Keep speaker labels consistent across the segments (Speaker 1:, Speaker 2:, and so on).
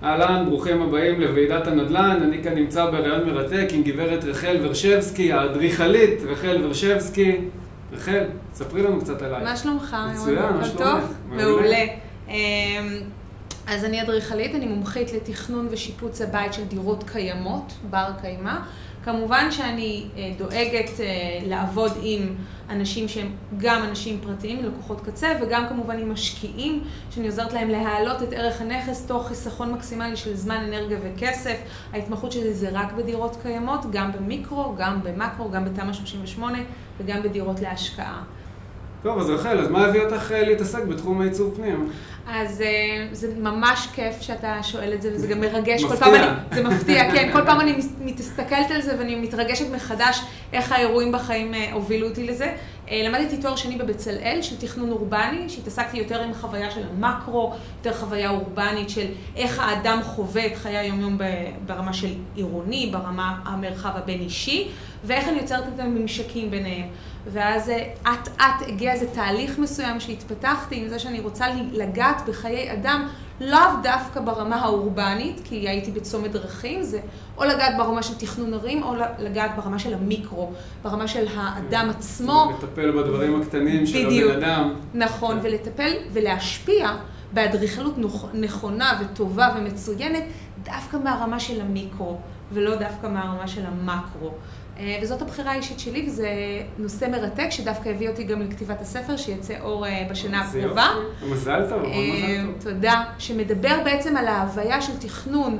Speaker 1: אהלן, ברוכים הבאים לוועידת הנדל"ן. אני כאן נמצא בראיון מרתק עם גברת רחל ורשבסקי, האדריכלית רחל ורשבסקי. רחל, ספרי לנו קצת עליי.
Speaker 2: מה שלומך?
Speaker 1: מצוין, מה שלומך?
Speaker 2: מעולה. אז אני אדריכלית, אני מומחית לתכנון ושיפוץ הבית של דירות קיימות, בר קיימה. כמובן שאני דואגת לעבוד עם אנשים שהם גם אנשים פרטיים, לקוחות קצה, וגם כמובן עם משקיעים, שאני עוזרת להם להעלות את ערך הנכס תוך חיסכון מקסימלי של זמן, אנרגיה וכסף. ההתמחות שלי זה רק בדירות קיימות, גם במיקרו, גם במקרו, גם בתמ"א 38 וגם בדירות להשקעה.
Speaker 1: טוב, אז רחל, אז מה הביא אותך להתעסק בתחום העיצוב פנים?
Speaker 2: אז זה ממש כיף שאתה שואל את זה, וזה גם מרגש.
Speaker 1: מפתיע.
Speaker 2: זה מפתיע, כן. כל פעם אני מתסתכלת על זה ואני מתרגשת מחדש איך האירועים בחיים הובילו אותי לזה. למדתי תואר שני בבצלאל של תכנון אורבני, שהתעסקתי יותר עם חוויה של המקרו, יותר חוויה אורבנית של איך האדם חווה את חיי היום-יום ברמה של עירוני, ברמה המרחב הבין אישי, ואיך אני יוצרת את הממשקים ביניהם. ואז את הגיע איזה תהליך מסוים שהתפתחתי עם זה שאני רוצה לגעת בחיי אדם, לאו דווקא ברמה האורבנית, כי הייתי בצומת דרכים, זה או לגעת ברמה של תכנון ערים, או לגעת ברמה של המיקרו, ברמה של האדם עצמו.
Speaker 1: לטפל בדברים הקטנים של הבן אדם.
Speaker 2: נכון, ולטפל ולהשפיע באדריכלות נכונה וטובה ומצוינת, דווקא מהרמה של המיקרו, ולא דווקא מהרמה של המקרו. וזאת הבחירה האישית שלי, וזה נושא מרתק שדווקא הביא אותי גם לכתיבת הספר שיצא אור בשנה הקרובה.
Speaker 1: מזל טוב, מזל טוב.
Speaker 2: תודה. שמדבר בעצם על ההוויה של תכנון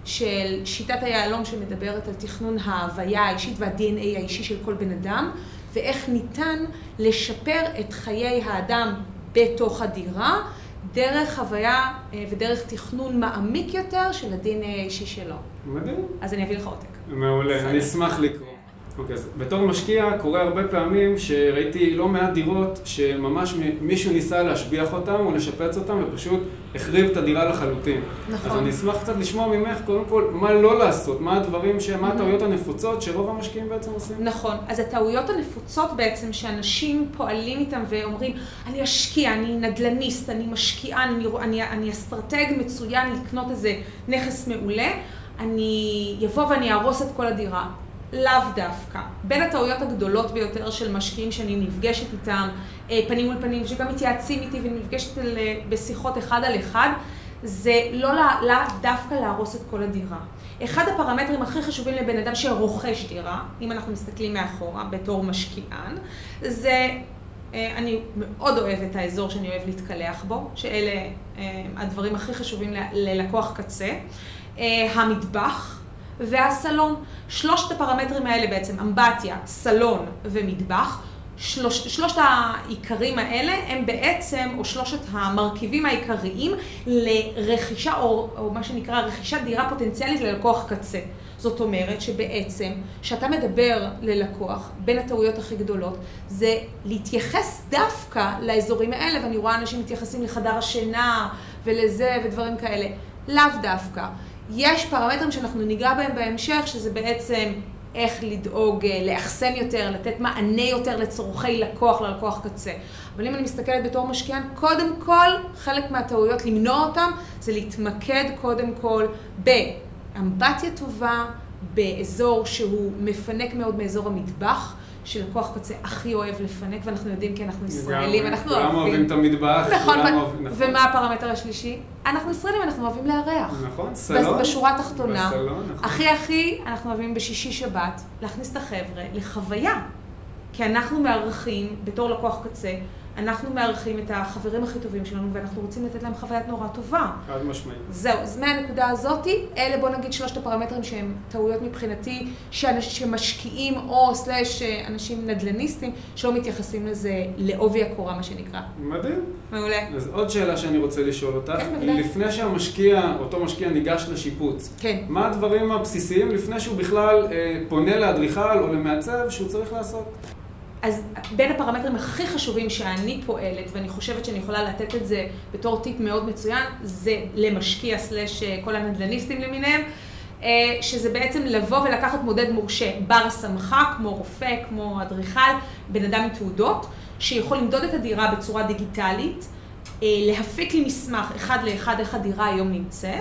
Speaker 2: של שיטת היהלום שמדברת על תכנון ההוויה האישית וה-DNA האישי של כל בן אדם, ואיך ניתן לשפר את חיי האדם בתוך הדירה, דרך חוויה ודרך תכנון מעמיק יותר של ה-DNA האישי שלו.
Speaker 1: מדהים.
Speaker 2: אז אני אביא לך עותק.
Speaker 1: מעולה, אני אשמח לקרוא. אוקיי, אז בתור משקיע קורה הרבה פעמים שראיתי לא מעט דירות שממש מישהו ניסה להשביח אותם או לשפץ אותם ופשוט החריב את הדירה לחלוטין.
Speaker 2: נכון.
Speaker 1: אז אני אשמח קצת לשמוע ממך קודם כל מה לא לעשות, מה הדברים, מה הטעויות הנפוצות שרוב המשקיעים בעצם עושים.
Speaker 2: נכון, אז הטעויות הנפוצות בעצם שאנשים פועלים איתם ואומרים אני אשקיע, אני נדלניסט, אני משקיען, אני אסטרטג מצוין לקנות איזה נכס מעולה, אני יבוא ואני ארוס את כל הדירה. לאו דווקא. בין הטעויות הגדולות ביותר של משקיעים שאני נפגשת איתם, פנים מול פנים, שגם מתייעצים איתי ונפגשת בשיחות אחד על אחד, זה לא דווקא להרוס את כל הדירה. אחד הפרמטרים הכי חשובים לבן אדם שרוכש דירה, אם אנחנו מסתכלים מאחורה בתור משקיען, זה אני מאוד אוהבת את האזור שאני אוהב להתקלח בו, שאלה הדברים הכי חשובים ללקוח קצה. המטבח והסלון. שלושת הפרמטרים האלה בעצם, אמבטיה, סלון ומטבח, שלושת העיקרים האלה הם בעצם, או שלושת המרכיבים העיקריים לרכישה, או מה שנקרא רכישת דירה פוטנציאלית ללקוח קצה. זאת אומרת שבעצם, שאתה מדבר ללקוח, בין הטעויות הכי גדולות, זה להתייחס דווקא לאזורים האלה, ואני רואה אנשים מתייחסים לחדר השינה ולזה ודברים כאלה. לאו דווקא. יש פרמטרים שאנחנו ניגע בהם בהמשך, שזה בעצם איך לדאוג, לאחסן יותר, לתת מענה יותר לצורכי לקוח, ללקוח קצה. אבל אם אני מסתכלת בתור משקיען, קודם כל, חלק מהטעויות למנוע אותם, זה להתמקד קודם כל באמבטיה טובה, באזור שהוא מפנק מאוד מאזור המטבח, שלקוח קצה הכי אוהב לפנק, ואנחנו יודעים כי אנחנו ישראלים, אנחנו
Speaker 1: כולם אוהבים את המטבח.
Speaker 2: נכון, ומה הפרמטר השלישי? אנחנו ישראלים, אנחנו אוהבים לארח.
Speaker 1: נכון, סלון.
Speaker 2: בשורה התחתונה.
Speaker 1: בסלון, נכון.
Speaker 2: הכי, אנחנו אוהבים בשישי שבת, להכניס את החבר'ה לחוויה. כי אנחנו מארחים, בתור לקוח קצה, אנחנו מארחים את החברים הכי טובים שלנו, ואנחנו רוצים לתת להם חוויית נורא טובה.
Speaker 1: חד משמעית.
Speaker 2: זהו, אז מהנקודה הזאת, אלה בוא נגיד שלושת הפרמטרים שהם טעויות מבחינתי, שמשקיעים או סלש אנשים נדלניסטים, שלא מתייחסים לזה לעובי הקורה, מה שנקרא.
Speaker 1: מדהים.
Speaker 2: מעולה.
Speaker 1: אז עוד שאלה שאני רוצה לשאול אותך, לפני שהמשקיע, אותו משקיע ניגש לשיפוץ,
Speaker 2: כן.
Speaker 1: מה הדברים הבסיסיים לפני שהוא בכלל פונה לאדריכל או למעצב שהוא צריך לעשות?
Speaker 2: אז בין הפרמטרים הכי חשובים שאני פועלת, ואני חושבת שאני יכולה לתת את זה בתור טיפ מאוד מצוין, זה למשקיע סלש כל הנדלניסטים למיניהם, שזה בעצם לבוא ולקחת מודד מורשה, בר סמכה, כמו רופא, כמו אדריכל, בן אדם עם תעודות, שיכול למדוד את הדירה בצורה דיגיטלית, להפיק לי מסמך אחד לאחד איך הדירה היום נמצאת,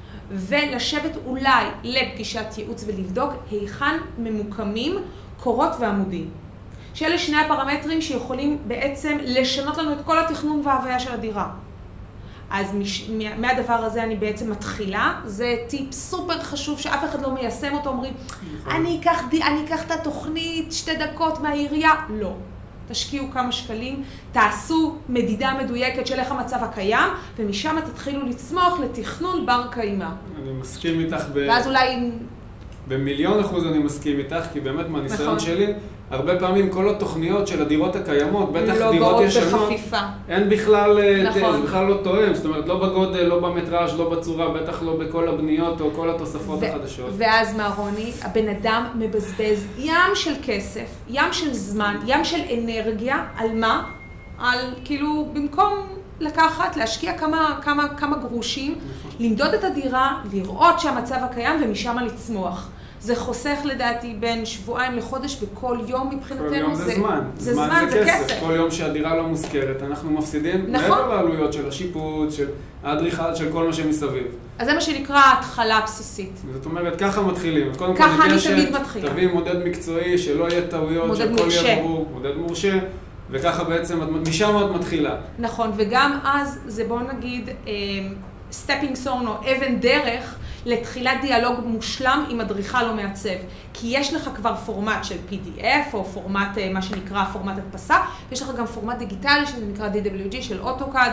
Speaker 2: ולשבת אולי לפגישת ייעוץ ולבדוק היכן ממוקמים קורות ועמודים. שאלה שני הפרמטרים שיכולים בעצם לשנות לנו את כל התכנון וההוויה של הדירה. אז מהדבר הזה אני בעצם מתחילה, זה טיפ סופר חשוב שאף אחד לא מיישם אותו, אומרים, אני אקח את התוכנית 2 דקות מהעירייה, לא. תשקיעו כמה שקלים, תעשו מדידה מדויקת של איך המצב הקיים, ומשם תתחילו לצמוח לתכנון בר קיימא.
Speaker 1: אני מסכים איתך
Speaker 2: ואז אולי...
Speaker 1: ב1,000,000% אני מסכים איתך, כי באמת מהניסיון שלי, הרבה פעמים כל התוכניות של הדירות הקיימות, בטח דירות ישנות, אין בכלל, זה בכלל לא תואם, זאת אומרת, לא בגודל, לא במטראז', לא בצורה, בטח לא בכל הבניות או כל התוספות החדשות.
Speaker 2: ואז מה, רוני? הבן אדם מבזבז ים של כסף, ים של זמן, ים של אנרגיה, על מה? על כאילו, במקום לקחת, להשקיע כמה גרושים, למדוד את הדירה, לראות שהמצב הקיים ומשם לצמוח. זה חוסך לדעתי בין שבועיים לחודש, וכל יום מבחינתנו
Speaker 1: כל יום זה זמן. זמן זה כסף. כל יום שהדירה לא מוזכרת, אנחנו מפסידים מעבר לעלויות של השיפוט, של האדריכל, של כל מה שמסביב.
Speaker 2: אז זה מה שנקרא התחלה בסיסית.
Speaker 1: זאת אומרת, ככה מתחילים.
Speaker 2: ככה אני תמיד מתחילה.
Speaker 1: תביא מודד מקצועי, שלא יהיה טעויות, שהכל יהיה ברור, מודד מורשה, וככה בעצם, משם עוד מתחילה.
Speaker 2: נכון, וגם אז זה בוא נגיד, סטפינג סטון או אבן דרך, לתחילת דיאלוג מושלם עם אדריכל או מעצב. כי יש לך כבר פורמט של PDF או פורמט, מה שנקרא פורמט הדפסה, ויש לך גם פורמט דיגיטלי שזה נקרא DWG של אוטוקאד,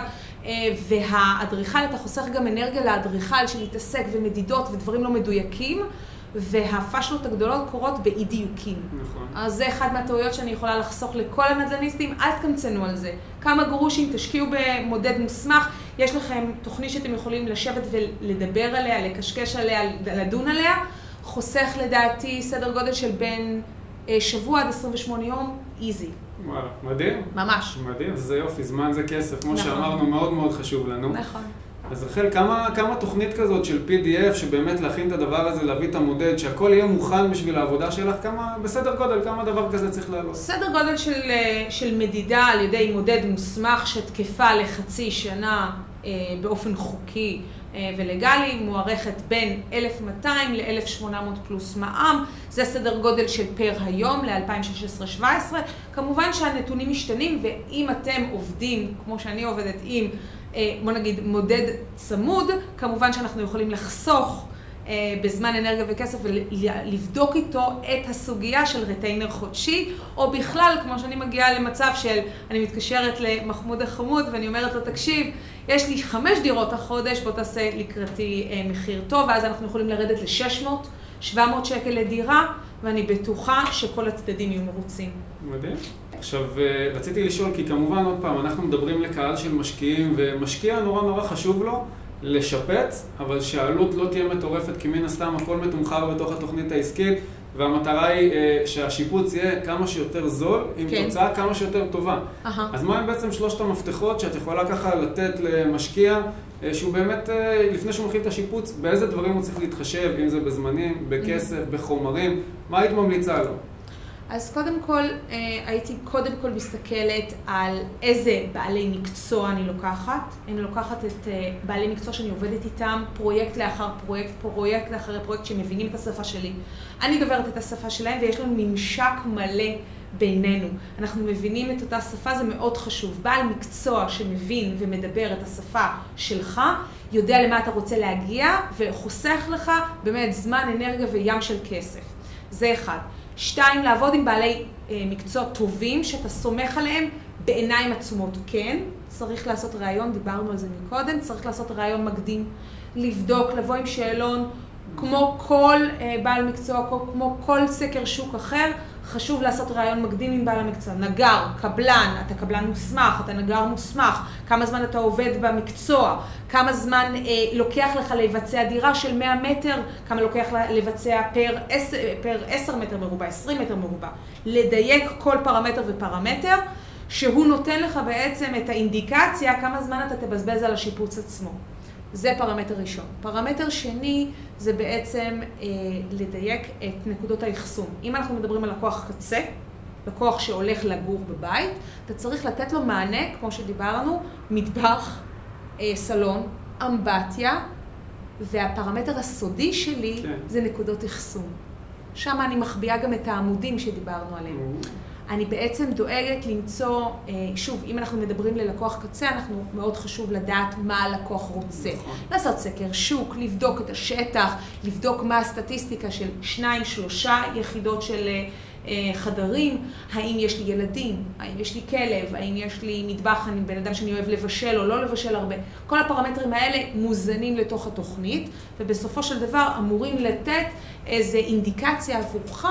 Speaker 2: והאדריכל, אתה חוסך גם אנרגיה לאדריכל של להתעסק ומדידות ודברים לא מדויקים, והפשלות הגדולות קורות באי דיוקים.
Speaker 1: נכון.
Speaker 2: אז זה אחד מהטעויות שאני יכולה לחסוך לכל הנדל"ניסטים, אל תקמצנו על זה. כמה גרושים, תשקיעו במודד מוסמך, יש לכם תוכנית שאתם יכולים לשבת ולדבר עליה, לקשקש עליה, לדון עליה, חוסך לדעתי סדר גודל של בין שבוע עד 28 יום, איזי.
Speaker 1: וואלה, מדהים.
Speaker 2: ממש.
Speaker 1: מדהים, זה יופי, זמן זה כסף, כמו שאמרנו, מאוד מאוד חשוב לנו.
Speaker 2: נכון.
Speaker 1: אז רחל, כמה תוכנית כזאת של PDF, שבאמת להכין את הדבר הזה, להביא את המודד, שהכל יהיה מוכן בשביל העבודה שלך, בסדר גודל, כמה דבר כזה צריך לעלות?
Speaker 2: סדר גודל של מדידה על ידי מודד מוסמך שתקפה לחצי שנה באופן חוקי ולגלי, מוערכת בין 1,200 ל-1,800 פלוס מע"מ, זה סדר גודל של פר היום ל-2016-2017. כמובן שהנתונים משתנים, ואם אתם עובדים, כמו שאני עובדת עם, בוא נגיד, מודד צמוד, כמובן שאנחנו יכולים לחסוך בזמן אנרגיה וכסף ולבדוק איתו את הסוגיה של רטיינר חודשי, או בכלל, כמו שאני מגיעה למצב של, אני מתקשרת למחמוד החמוד ואני אומרת לו, תקשיב, יש לי 5 דירות החודש, בוא תעשה לקראתי מחיר טוב, ואז אנחנו יכולים לרדת ל-600, 700 שקל לדירה, ואני בטוחה שכל הצדדים יהיו מרוצים.
Speaker 1: מדהים. עכשיו, רציתי לשאול, כי כמובן, עוד פעם, אנחנו מדברים לקהל של משקיעים, ומשקיע נורא חשוב לו לשפץ, אבל שהעלות לא תהיה מטורפת, כי מן הסתם הכל מתומחר בתוך התוכנית העסקית, והמטרה היא שהשיפוץ יהיה כמה שיותר זול, עם תוצאה כמה שיותר טובה. אז מה הם בעצם 3 המפתחות שאת יכולה ככה לתת למשקיע, שהוא באמת, לפני שהוא מתחיל את השיפוץ, באיזה דברים הוא צריך להתחשב, אם זה בזמנים, בכסף, בחומרים, מה היית ממליצה לו?
Speaker 2: אז קודם כל, הייתי קודם כל מסתכלת על איזה בעלי מקצוע אני לוקחת. אני לוקחת את בעלי מקצוע שאני עובדת איתם, פרויקט לאחר פרויקט, פרויקט לאחרי פרויקט שמבינים את השפה שלי. אני דוברת את השפה שלהם ויש לנו ממשק מלא בינינו. אנחנו מבינים את אותה שפה, זה מאוד חשוב. בעל מקצוע שמבין ומדבר את השפה שלך, יודע למה אתה רוצה להגיע וחוסך לך באמת זמן, אנרגיה וים של כסף. זה אחד. 2, לעבוד עם בעלי מקצוע טובים שאתה סומך עליהם בעיניים עצומות. כן, צריך לעשות רעיון, דיברנו על זה מקודם, צריך לעשות רעיון מקדים, לבדוק, לבוא עם שאלון, כמו כל בעל מקצוע, כמו כל סקר שוק אחר, חשוב לעשות רעיון מקדים עם בעל המקצוע. נגר, קבלן, אתה קבלן מוסמך, אתה נגר מוסמך, כמה זמן אתה עובד במקצוע, כמה זמן לוקח לך לבצע דירה של 100 מטר, כמה לוקח לבצע פר 10 מטר מרובע, 20 מטר מרובע. לדייק כל פרמטר ופרמטר, שהוא נותן לך בעצם את האינדיקציה כמה זמן אתה תבזבז על השיפוץ עצמו. זה פרמטר ראשון. פרמטר שני זה בעצם לדייק את נקודות האחסון. אם אנחנו מדברים על לקוח קצה, לקוח שהולך לגור בבית, אתה צריך לתת לו מענה, כמו שדיברנו, מטבח, סלון, אמבטיה, והפרמטר הסודי שלי זה נקודות אחסון. שם אני מחביאה גם את העמודים שדיברנו עליהם. אני בעצם דואגת למצוא, שוב, אם אנחנו מדברים ללקוח קצה, אנחנו מאוד חשוב לדעת מה הלקוח רוצה. לעשות סקר שוק, לבדוק את השטח, לבדוק מה הסטטיסטיקה של 2-3 יחידות של חדרים, האם יש לי ילדים, האם יש לי כלב, האם יש לי מטבח, אני בן אדם שאני אוהב לבשל או לא לבשל הרבה. כל הפרמטרים האלה מוזנים לתוך התוכנית, ובסופו של דבר אמורים לתת איזו אינדיקציה עבורך,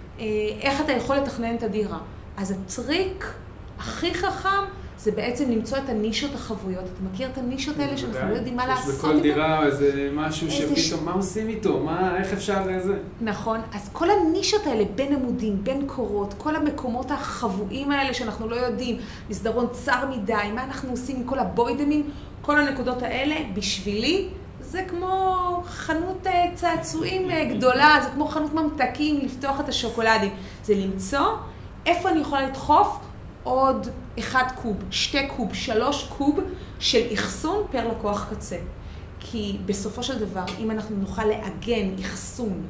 Speaker 2: איך אתה יכול לתכנן את הדירה. אז הטריק הכי חכם זה בעצם למצוא את הנישות החבויות. אתה מכיר את הנישות האלה שאנחנו לא יודעים מה לעשות איתו?
Speaker 1: יש בכל דירה איזה משהו שפתאום, מה עושים איתו? איך אפשר לזה?
Speaker 2: נכון. אז כל הנישות האלה בין עמודים, בין קורות, כל המקומות החבויים האלה שאנחנו לא יודעים, מסדרון צר מדי, מה אנחנו עושים עם כל הבוידמים, כל הנקודות האלה בשבילי, זה כמו חנות צעצועים גדולה, זה כמו חנות ממתקים לפתוח את השוקולדים. זה למצוא איפה אני יכולה לדחוף עוד 1 קוב, 2 קוב, 3 קוב של אחסון פר לקוח קצה. כי בסופו של דבר, אם אנחנו נוכל לעגן אחסון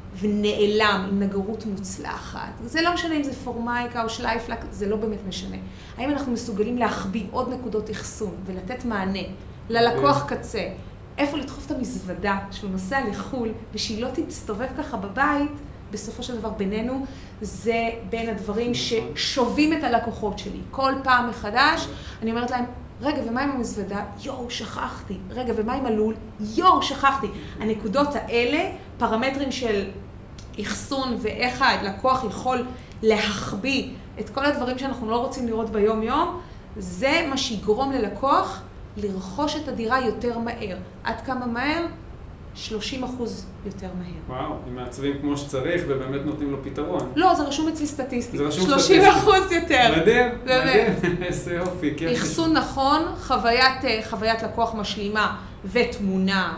Speaker 2: ונעלם עם נגרות מוצלחת, זה לא משנה אם זה פורמייקה או שלייפלק, זה לא באמת משנה. האם אנחנו מסוגלים להחביא עוד נקודות אחסון ולתת מענה ללקוח קצה, איפה לדחוף את המזוודה שהוא נוסע לחול ושהיא לא תסתובב ככה בבית, בסופו של דבר בינינו, זה בין הדברים ששובים את הלקוחות שלי. כל פעם מחדש, אני אומרת להם, רגע, ומה עם המזוודה? יואו, שכחתי. רגע, ומה עם הלול? יואו, שכחתי. הנקודות האלה, פרמטרים של אחסון ואיך הלקוח יכול להחביא את כל הדברים שאנחנו לא רוצים לראות ביום-יום, זה מה שיגרום ללקוח לרכוש את הדירה יותר מהר. עד כמה מהר? 30% יותר מהר.
Speaker 1: וואו, הם מעצבים כמו שצריך ובאמת נותנים לו פתרון.
Speaker 2: לא, זה רשום אצלי סטטיסטית.
Speaker 1: זה רשום
Speaker 2: 30% יותר.
Speaker 1: מדהים, מדהים. איזה יופי.
Speaker 2: אחסון נכון, חוויית לקוח משלימה ותמונה,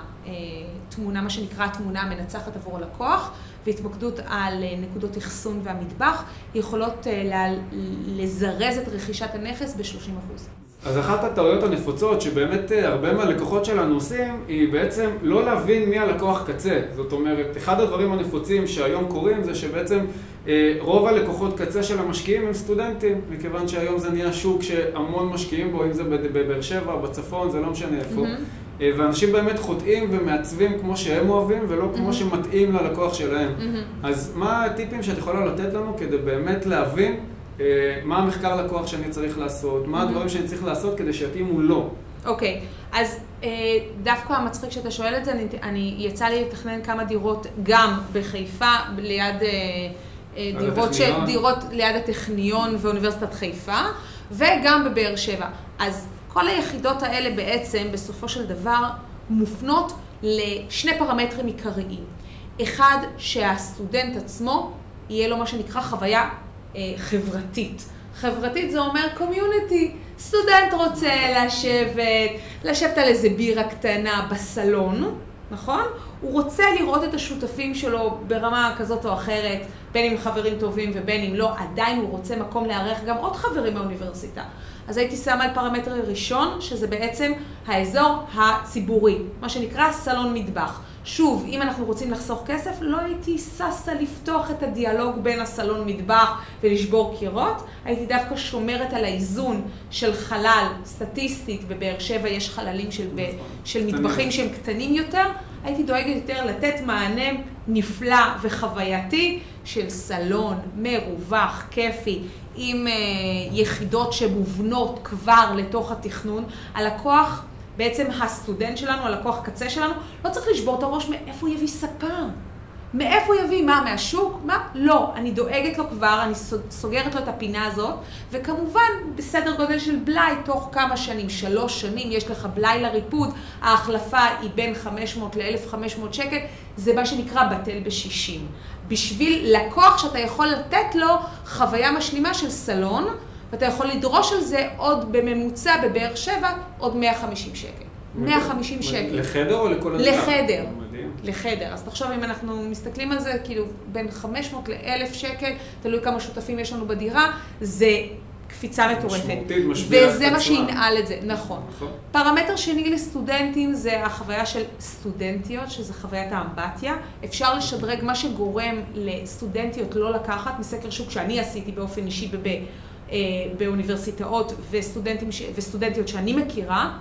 Speaker 2: מה שנקרא תמונה מנצחת עבור הלקוח, והתמקדות על נקודות אחסון והמטבח, יכולות לזרז את רכישת הנכס ב-30%.
Speaker 1: אז אחת הטעויות הנפוצות שבאמת הרבה מהלקוחות שלנו עושים, היא בעצם לא להבין מי הלקוח קצה. זאת אומרת, אחד הדברים הנפוצים שהיום קורים זה שבעצם רוב הלקוחות קצה של המשקיעים הם סטודנטים, מכיוון שהיום זה נהיה שוק שהמון משקיעים בו, אם זה בבאר שבע, בצפון, זה לא משנה איפה. ואנשים באמת חוטאים ומעצבים כמו שהם אוהבים ולא כמו שמתאים ללקוח שלהם. אז מה הטיפים שאת יכולה לתת לנו כדי באמת להבין מה המחקר לקוח שאני צריך לעשות, מה הדברים שאני צריך לעשות כדי שיתאימו לו?
Speaker 2: אוקיי, אז דווקא המצחיק שאתה שואל את זה, יצא לי לתכנן כמה דירות גם בחיפה, ליד דירות ליד הטכניון ואוניברסיטת חיפה, וגם בבאר שבע. אז כל היחידות האלה בעצם בסופו של דבר מופנות לשני פרמטרים עיקריים. אחד, שהסטודנט עצמו יהיה לו מה שנקרא חוויה חברתית. חברתית זה אומר קומיוניטי. סטודנט רוצה לשבת על איזה בירה קטנה בסלון, נכון? הוא רוצה לראות את השותפים שלו ברמה כזאת או אחרת, בין אם חברים טובים ובין אם לא, עדיין הוא רוצה מקום לארח גם עוד חברים מהאוניברסיטה. אז הייתי שמה על פרמטר ראשון, שזה בעצם האזור הציבורי, מה שנקרא סלון מטבח. שוב, אם אנחנו רוצים לחסוך כסף, לא הייתי ססה לפתוח את הדיאלוג בין הסלון מטבח ולשבור קירות. הייתי דווקא שומרת על האיזון של חלל סטטיסטית. בבאר שבע יש חללים של מטבחים שהם קטנים יותר. הייתי דואגת יותר לתת מענה נפלא וחווייתי של סלון מרווח, כיפי, עם יחידות שמובנות כבר לתוך התכנון. הלקוח, בעצם הסטודנט שלנו, הלקוח קצה שלנו, לא צריך לשבור את הראש מאיפה הוא יביא ספה. מאיפה הוא יביא? מה? מהשוק? מה? לא. אני דואגת לו כבר, אני סוגרת לו את הפינה הזאת, וכמובן, בסדר גודל של בלי, תוך כמה שנים, 3 שנים, יש לך בלי לריפוד, ההחלפה היא בין 500 ל-1,500 שקל, זה מה שנקרא בטל ב-60. בשביל לקוח שאתה יכול לתת לו חוויה משלימה של סלון, ואתה יכול לדרוש על זה עוד בממוצע בבאר שבע, עוד 150 שקל. 150 שקל.
Speaker 1: לחדר או לכל הדירה?
Speaker 2: לחדר. לחדר. אז תחשוב אם אנחנו מסתכלים על זה, כאילו בין 500 ל-1,000 שקל, תלוי כמה שותפים יש לנו בדירה, זה קפיצה מטורפת.
Speaker 1: משמעותית, משפיעה
Speaker 2: וזה מה שינעל את זה, נכון. פרמטר שני לסטודנטים זה החוויה של סטודנטיות, שזה חוויית האמבטיה. אפשר לשדרג מה שגורם לסטודנטיות לא לקחת, מסקר שוק שאני עשיתי באופן אישי באוניברסיטאות וסטודנטיות שאני מכירה.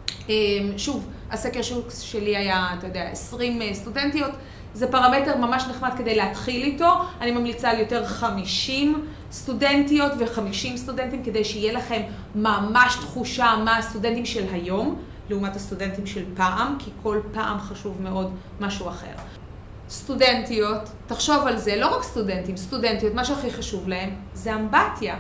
Speaker 2: שוב, הסקר שוק שלי היה, אתה יודע, 20 סטודנטיות. זה פרמטר ממש נחמד כדי להתחיל איתו. אני ממליצה על יותר 50 סטודנטיות ו50 סטודנטים כדי שיהיה לכם ממש תחושה מה הסטודנטים של היום, לעומת הסטודנטים של פעם, כי כל פעם חשוב מאוד משהו אחר. סטודנטיות, תחשוב על זה, לא רק סטודנטים, סטודנטיות, מה שהכי חשוב להם זה אמבטיה.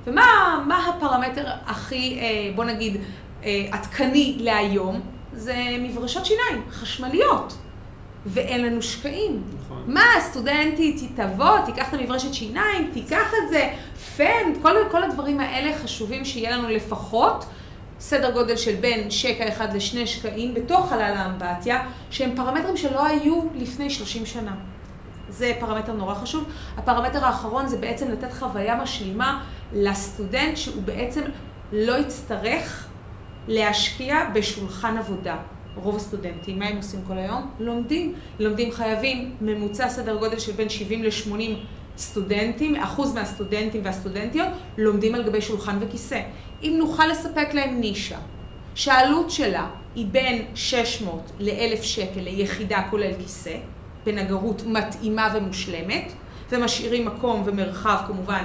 Speaker 2: ומה הפרמטר הכי, בוא נגיד, עדכני להיום? זה מברשות שיניים, חשמליות. ואין לנו שקעים. נכון. מה, הסטודנטית תבוא, תיקח את המברשת שיניים, תיקח את זה, פן, כל הדברים האלה חשובים שיהיה לנו לפחות סדר גודל של בין שקע אחד לשני שקעים בתוך חלל האמבטיה, שהם פרמטרים שלא היו לפני 30 שנה. זה פרמטר נורא חשוב. הפרמטר האחרון זה בעצם לתת חוויה משלימה לסטודנט שהוא בעצם לא יצטרך להשקיע בשולחן עבודה. רוב הסטודנטים, מה הם עושים כל היום? לומדים חייבים ממוצע סדר גודל של בין 70 ל-80 סטודנטים, אחוז מהסטודנטים והסטודנטיות לומדים על גבי שולחן וכיסא. אם נוכל לספק להם נישה, שהעלות שלה היא בין 600 ל-1,000 שקל ליחידה כולל כיסא, בנגרות מתאימה ומושלמת, ומשאירים מקום ומרחב כמובן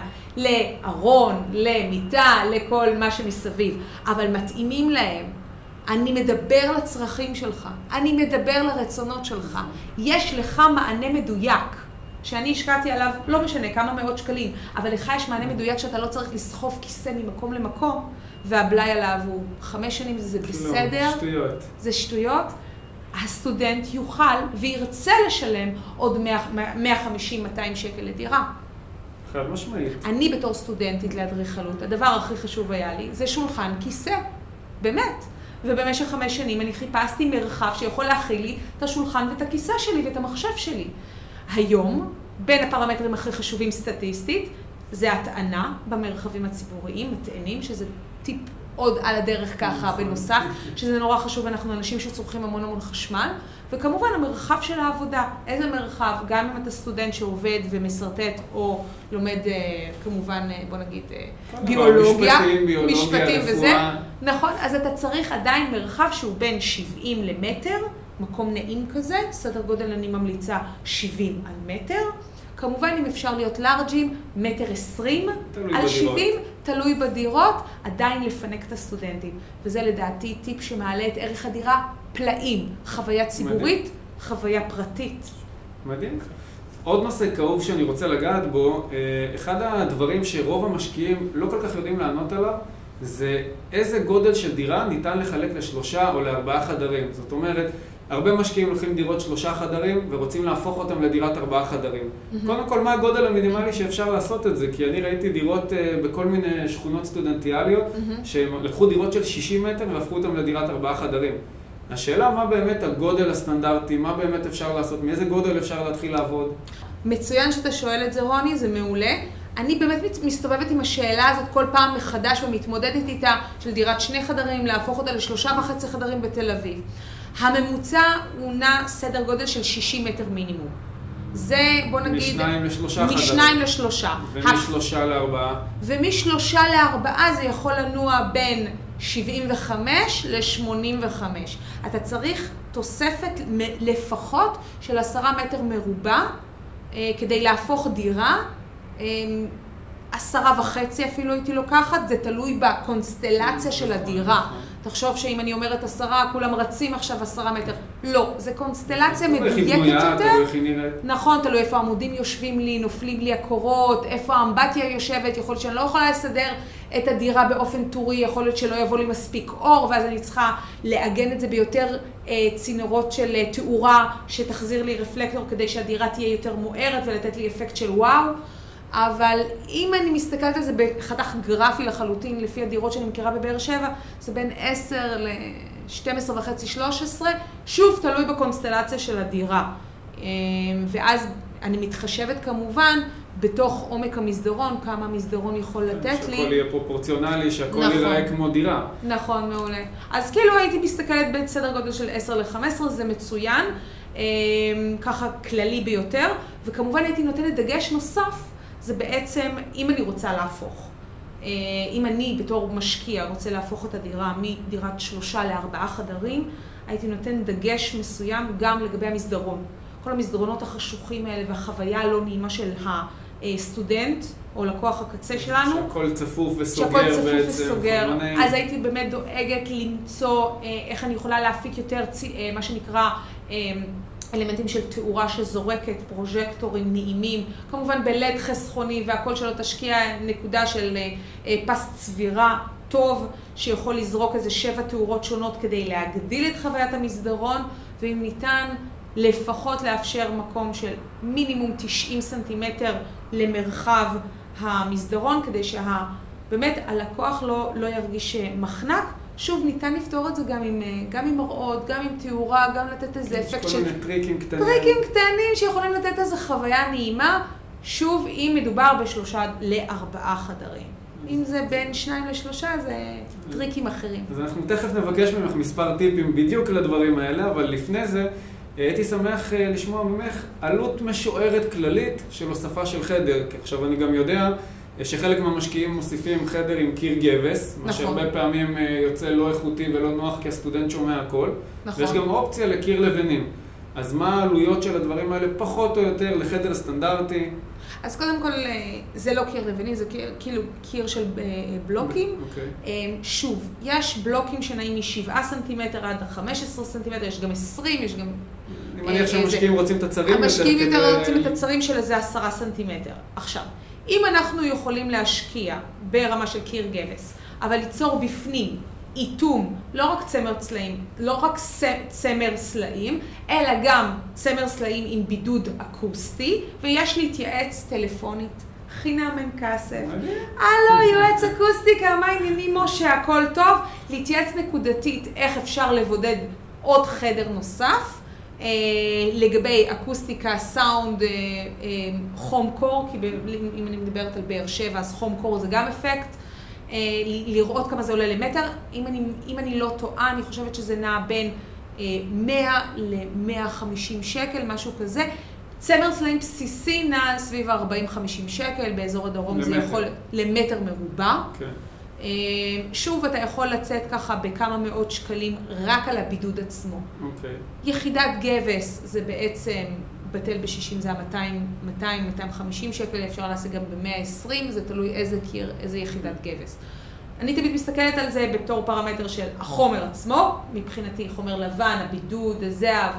Speaker 2: לארון, למיטה, לכל מה שמסביב, אבל מתאימים להם. אני מדבר לצרכים שלך, אני מדבר לרצונות שלך. יש לך מענה מדויק, שאני השקעתי עליו, לא משנה, כמה מאות שקלים, אבל לך יש מענה מדויק שאתה לא צריך לסחוף כיסא ממקום למקום, והבלאי עליו הוא 5 שנים, זה בסדר.
Speaker 1: שטויות.
Speaker 2: זה שטויות. הסטודנט יוכל וירצה לשלם עוד 150-200 שקל לדירה.
Speaker 1: חד משמעית.
Speaker 2: אני בתור סטודנטית לאדריכלות, הדבר הכי חשוב היה לי, זה שולחן כיסא. באמת. ובמשך 5 שנים אני חיפשתי מרחב שיכול להכיל לי את השולחן ואת הכיסא שלי ואת המחשב שלי. היום, בין הפרמטרים הכי חשובים סטטיסטית, זה הטענה במרחבים הציבוריים, מטענים, שזה טיפ עוד על הדרך ככה בנוסף, שזה נורא חשוב, אנחנו אנשים שצורכים המון חשמל, וכמובן המרחב של העבודה, איזה מרחב, גם אם אתה סטודנט שעובד ומסרטט או לומד כמובן, בוא נגיד, ביולוגיה, משפטים וזה, נכון, אז אתה צריך עדיין מרחב שהוא בין 70 למטר, מקום נעים כזה, סדר גודל אני ממליצה 70 על מטר, כמובן אם אפשר להיות לארג'ים, 1.20 על 70, תלוי בדירות, עדיין לפנק את הסטודנטים. וזה לדעתי טיפ שמעלה את ערך הדירה פלאים, חוויה ציבורית, מדהים. חוויה פרטית.
Speaker 1: מדהים. עוד נושא כאוב שאני רוצה לגעת בו, אחד הדברים שרוב המשקיעים לא כל כך יודעים לענות עליו, זה איזה גודל של דירה ניתן לחלק ל3 או ל4 חדרים. זאת אומרת, הרבה משקיעים לוקחים דירות 3 חדרים ורוצים להפוך אותם לדירת 4 חדרים. קודם כל, מה הגודל המינימלי שאפשר לעשות את זה? כי אני ראיתי דירות בכל מיני שכונות סטודנטיאליות, שהם לקחו דירות של 60 מטר והפכו אותם לדירת 4 חדרים. השאלה, מה באמת הגודל הסטנדרטי, מה באמת אפשר לעשות, מאיזה גודל אפשר להתחיל לעבוד?
Speaker 2: מצוין שאתה שואל את זה, רוני, זה מעולה. אני באמת מסתובבת עם השאלה הזאת כל פעם מחדש ומתמודדת איתה של דירת 2 חדרים, להפוך אותה ל3.5 חדרים בתל אביב. הממוצע הוא נע סדר גודל של 60 מטר מינימום. זה, בוא נגיד...
Speaker 1: מ2 ל3. ומ3 ל4.
Speaker 2: ומ3 ל4 זה יכול לנוע בין 75 ל85. אתה צריך תוספת לפחות של 10 מטר מרובע כדי להפוך דירה. 10.5 אפילו הייתי לוקחת, זה תלוי בקונסטלציה של הדירה. תחשוב שאם אני אומרת 10, כולם רצים עכשיו 10 מטר. לא, זה קונסטלציה מדויקת יותר. נכון, תלוי איפה העמודים יושבים לי, נופלים לי הקורות, איפה האמבטיה יושבת, יכול להיות שאני לא יכולה לסדר את הדירה באופן טורי, יכול להיות שלא יבוא לי מספיק אור, ואז אני צריכה לעגן את זה ביותר צינורות של תאורה, שתחזיר לי רפלקטור כדי שהדירה תהיה יותר מוארת ולתת לי אפקט של וואו. אבל אם אני מסתכלת על זה בחתך גרפי לחלוטין, לפי הדירות שאני מכירה בבאר שבע, זה בין 10 ל-12.5, 13, שוב תלוי בקונסטלציה של הדירה. ואז אני מתחשבת כמובן בתוך עומק המסדרון, כמה המסדרון יכול לתת לי.
Speaker 1: שהכל יהיה פרופורציונלי, שהכל ייראה כמו דירה.
Speaker 2: נכון, מעולה. אז כאילו הייתי מסתכלת בסדר גודל של 10-15, זה מצוין, ככה כללי ביותר, וכמובן הייתי נותנת דגש נוסף, זה בעצם אם אני רוצה להפוך. אם אני בתור משקיע רוצה להפוך את הדירה מדירת 3 ל4 חדרים, הייתי נותן דגש מסוים גם לגבי המסדרון. כל המסדרונות החשוכים האלה והחוויה הלא נעימה של הסטודנט או לקוח הקצה שלנו.
Speaker 1: שהכל צפוף וסוגר
Speaker 2: שהכל צפוף
Speaker 1: בעצם.
Speaker 2: וסוגר. אז הייתי באמת דואגת למצוא איך אני יכולה להפיק יותר מה שנקרא אלמנטים של תאורה שזורקת, פרוז'קטורים נעימים, כמובן בלד חסכוני והכל שלא תשקיע נקודה של פס צבירה טוב שיכול לזרוק איזה 7 תאורות שונות כדי להגדיל את חוויית המסדרון, ואם ניתן לפחות לאפשר מקום של מינימום 90 סנטימטר למרחב המסדרון כדי באמת הלקוח לא ירגיש מחנק. שוב, ניתן לפתור את זה גם עם מראות, גם עם תאורה, גם לתת איזה אפקט של...
Speaker 1: כל מיני טריקים קטנים.
Speaker 2: טריקים קטנים שיכולים לתת איזו חוויה נעימה. שוב, אם מדובר ב3 ל4 חדרים. אם זה בין 2 ל3, זה טריקים אחרים.
Speaker 1: אז אנחנו תכף נבקש ממך מספר טיפים בדיוק לדברים האלה, אבל לפני זה הייתי שמח לשמוע ממך עלות משוערת כללית של הוספה של חדר, כי עכשיו אני גם יודע שחלק מהמשקיעים מוסיפים חדר עם קיר גבס, מה שהרבה פעמים יוצא לא איכותי ולא נוח כי הסטודנט שומע הכל. נכון. ויש גם אופציה לקיר לבנים. אז מה העלויות של הדברים האלה פחות או יותר לחדר סטנדרטי?
Speaker 2: אז קודם כל, זה לא קיר לבנים, זה כאילו קיר של בלוקים. שוב, יש בלוקים שנעים מ7 סנטימטר עד 15 סנטימטר, יש גם 20, יש גם...
Speaker 1: אני מניח שהמשקיעים רוצים את הצרים יותר.
Speaker 2: המשקיעים יותר רוצים את הצרים של איזה 10 סנטימטר. עכשיו, אם אנחנו יכולים להשקיע ברמה של קיר גבס, אבל ליצור בפנים איתום, לא רק צמר צלעים, לא רק צמר סלעים, אלא גם צמר סלעים עם בידוד אקוסטי, ויש להתייעץ טלפונית חינם אין כסף. הלו, יועץ אקוסטיקה, מה העניינים משה, הכל טוב? להתייעץ נקודתית איך אפשר לבודד עוד חדר נוסף, לגבי אקוסטיקה, סאונד, חום קור, כי אם אני מדברת על באר שבע, אז חום קור זה גם אפקט. לראות כמה זה עולה למטר. אם אני לא טועה, אני חושבת שזה נע בין 100 ל-150 שקל, משהו כזה. צמר סלעים בסיסי נע סביב 40-50 שקל, באזור הדרום זה יכול למטר מרובע. שוב, אתה יכול לצאת ככה בכמה מאות שקלים רק על הבידוד עצמו. יחידת גבס זה בעצם בטל ב-60, זה ה-200-250 שקל, אפשר לעשות גם ב-120, זה תלוי איזה קיר, איזה יחידת גבס. אני תמיד מסתכלת על זה בתור פרמטר של החומר עצמו, מבחינתי חומר לבן, הבידוד, הזהב,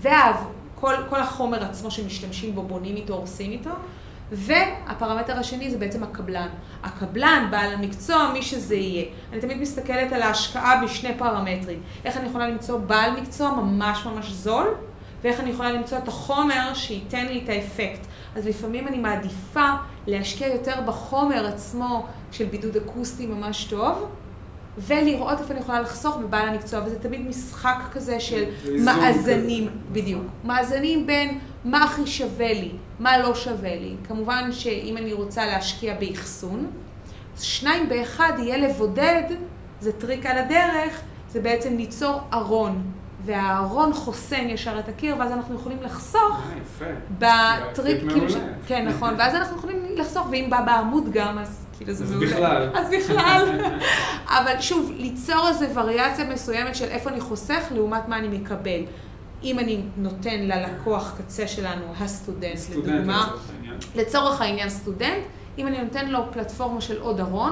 Speaker 2: כל החומר עצמו שמשתמשים בו, בונים איתו, הורסים איתו, והפרמטר השני זה בעצם הקבלן. הקבלן, בעל המקצוע, מי שזה יהיה. אני תמיד מסתכלת על ההשקעה בשני פרמטרים. איך אני יכולה למצוא בעל מקצוע ממש ממש זול, ואיך אני יכולה למצוא את החומר שייתן לי את האפקט. אז לפעמים אני מעדיפה להשקיע יותר בחומר עצמו של בידוד אקוסטי ממש טוב, ולראות איפה אני יכולה לחסוך בבעל המקצוע, וזה תמיד משחק כזה של מאזנים, בדיוק. מאזנים בין מה הכי שווה לי, מה לא שווה לי. כמובן שאם אני רוצה להשקיע באחסון, 2 ב-1 יהיה לבודד, זה טריק על הדרך, זה בעצם ליצור ארון. והארון חוסם ישר את הקיר, ואז אנחנו יכולים לחסוך בטריק, כן, נכון, ואז אנחנו יכולים לחסוך, ואם בא בעמוד גם, אז כאילו זה
Speaker 1: בכלל.
Speaker 2: אז בכלל. אבל שוב, ליצור איזו וריאציה מסוימת של איפה אני חוסך, לעומת מה אני מקבל. אם אני נותן ללקוח קצה שלנו, הסטודנט, לדוגמה, לצורך העניין סטודנט, אם אני נותן לו פלטפורמה של עוד ארון,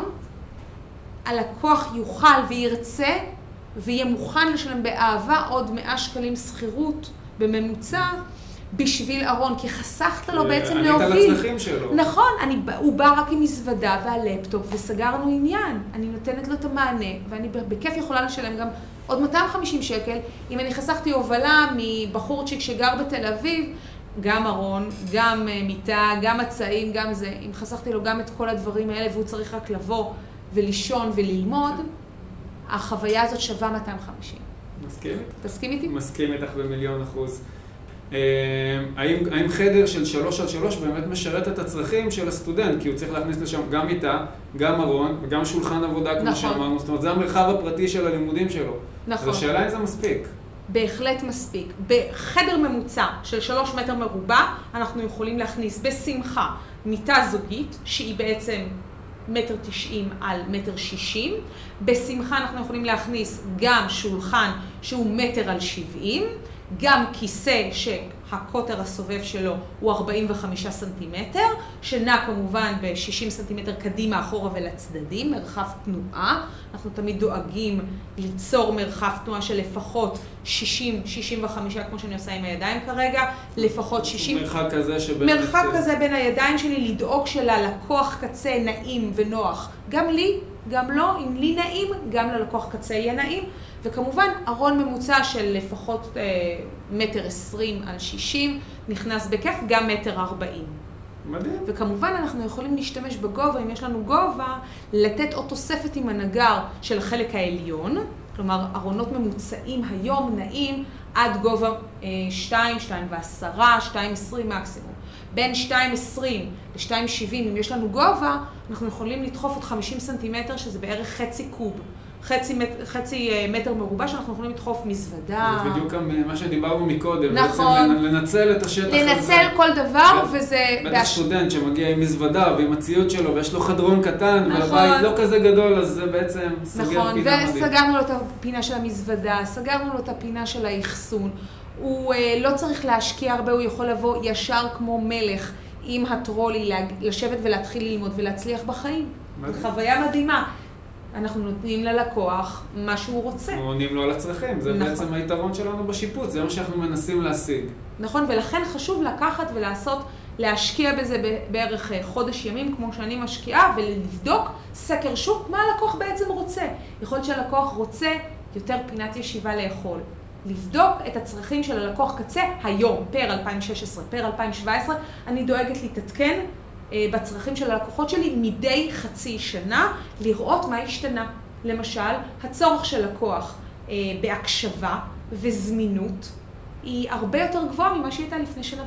Speaker 2: הלקוח יוכל וירצה, ויהיה מוכן לשלם באהבה עוד 100 שקלים שכירות בממוצע בשביל ארון, כי חסכת לו בעצם להוביל.
Speaker 1: ענית לצרכים שלו.
Speaker 2: נכון, הוא בא רק עם מזוודה והלפטופ וסגרנו עניין. אני נותנת לו את המענה, ואני בכיף יכולה לשלם גם עוד 250 שקל. אם אני חסכתי הובלה מבחורצ'יק שגר בתל אביב, גם ארון, גם מיטה, גם מצעים, גם זה. אם חסכתי לו גם את כל הדברים האלה והוא צריך רק לבוא ולישון וללמוד, החוויה הזאת שווה 250.
Speaker 1: מסכים?
Speaker 2: תסכים איתי?
Speaker 1: מסכים איתך ב1,000,000%. האם חדר של 3x3 באמת משרת את הצרכים של הסטודנט, כי הוא צריך להכניס לשם גם מיטה, גם ארון וגם שולחן עבודה, כמו שאמרנו, זאת אומרת, זה המרחב הפרטי של הלימודים שלו. נכון. אז השאלה אם זה מספיק.
Speaker 2: בהחלט מספיק. בחדר ממוצע של 3 מטר מרובע, אנחנו יכולים להכניס בשמחה מיטה זוגית, שהיא בעצם 1.90 מטר על 1.60 מטר. בשמחה אנחנו יכולים להכניס גם שולחן שהוא 1 מטר על 70, גם כיסא שהקוטר הסובב שלו הוא 45 סנטימטר, שנע כמובן ב-60 סנטימטר קדימה, אחורה ולצדדים, מרחב תנועה. אנחנו תמיד דואגים ליצור מרחב תנועה של לפחות 60-65, כמו שאני עושה עם הידיים כרגע, לפחות 60.
Speaker 1: מרחק כזה שבאמת...
Speaker 2: מרחק כזה בין הידיים שלי, לדאוג שללקוח קצה נעים ונוח. גם לי, גם לא, אם לי נעים, גם ללקוח קצה יהיה נעים. וכמובן, ארון ממוצע של לפחות 1.20 מטר על 60, נכנס בכיף גם 1.40 מטר.
Speaker 1: מדהים.
Speaker 2: וכמובן, אנחנו יכולים להשתמש בגובה, אם יש לנו גובה, לתת עוד תוספת עם הנגר של החלק העליון. כלומר, ארונות ממוצעים היום נעים עד גובה 2, 2.10, 2.20 מקסימום. בין 2.20 ל-2.70, אם יש לנו גובה, אנחנו יכולים לדחוף עוד 50 סנטימטר, שזה בערך חצי קוב. חצי מטר מרובע שאנחנו יכולים לדחוף מזוודה.
Speaker 1: זה בדיוק מה שדיברנו מקודם.
Speaker 2: נכון.
Speaker 1: בעצם לנצל את השטח הזה.
Speaker 2: לנצל כל דבר, וזה...
Speaker 1: בטח סטודנט שמגיע עם מזוודה ועם הציוד שלו, ויש לו חדרון קטן, והבית לא כזה גדול, אז זה בעצם סגר פינה מדהים.
Speaker 2: נכון, וסגרנו לו את הפינה של המזוודה, סגרנו לו את הפינה של האחסון. הוא לא צריך להשקיע הרבה, הוא יכול לבוא ישר כמו מלך עם הטרולי, לשבת ולהתחיל ללמוד ולהצליח בחיים. זו חוויה מדהימה. אנחנו נותנים ללקוח מה שהוא רוצה.
Speaker 1: עונים לו על הצרכים, זה נכון. בעצם היתרון שלנו בשיפוט, זה מה שאנחנו מנסים להשיג.
Speaker 2: נכון, ולכן חשוב לקחת ולעשות, להשקיע בזה בערך חודש ימים, כמו שאני משקיעה, ולבדוק סקר שוק, מה הלקוח בעצם רוצה. יכול להיות שהלקוח רוצה יותר פינת ישיבה לאכול. לבדוק את הצרכים של הלקוח קצה היום, פר 2016, פר 2017, אני דואגת להתעדכן בצרכים של הלקוחות שלי מדי חצי שנה, לראות מה השתנה. למשל, הצורך של לקוח בהקשבה וזמינות היא הרבה יותר גבוהה ממה שהייתה לפני 1.5 שנה.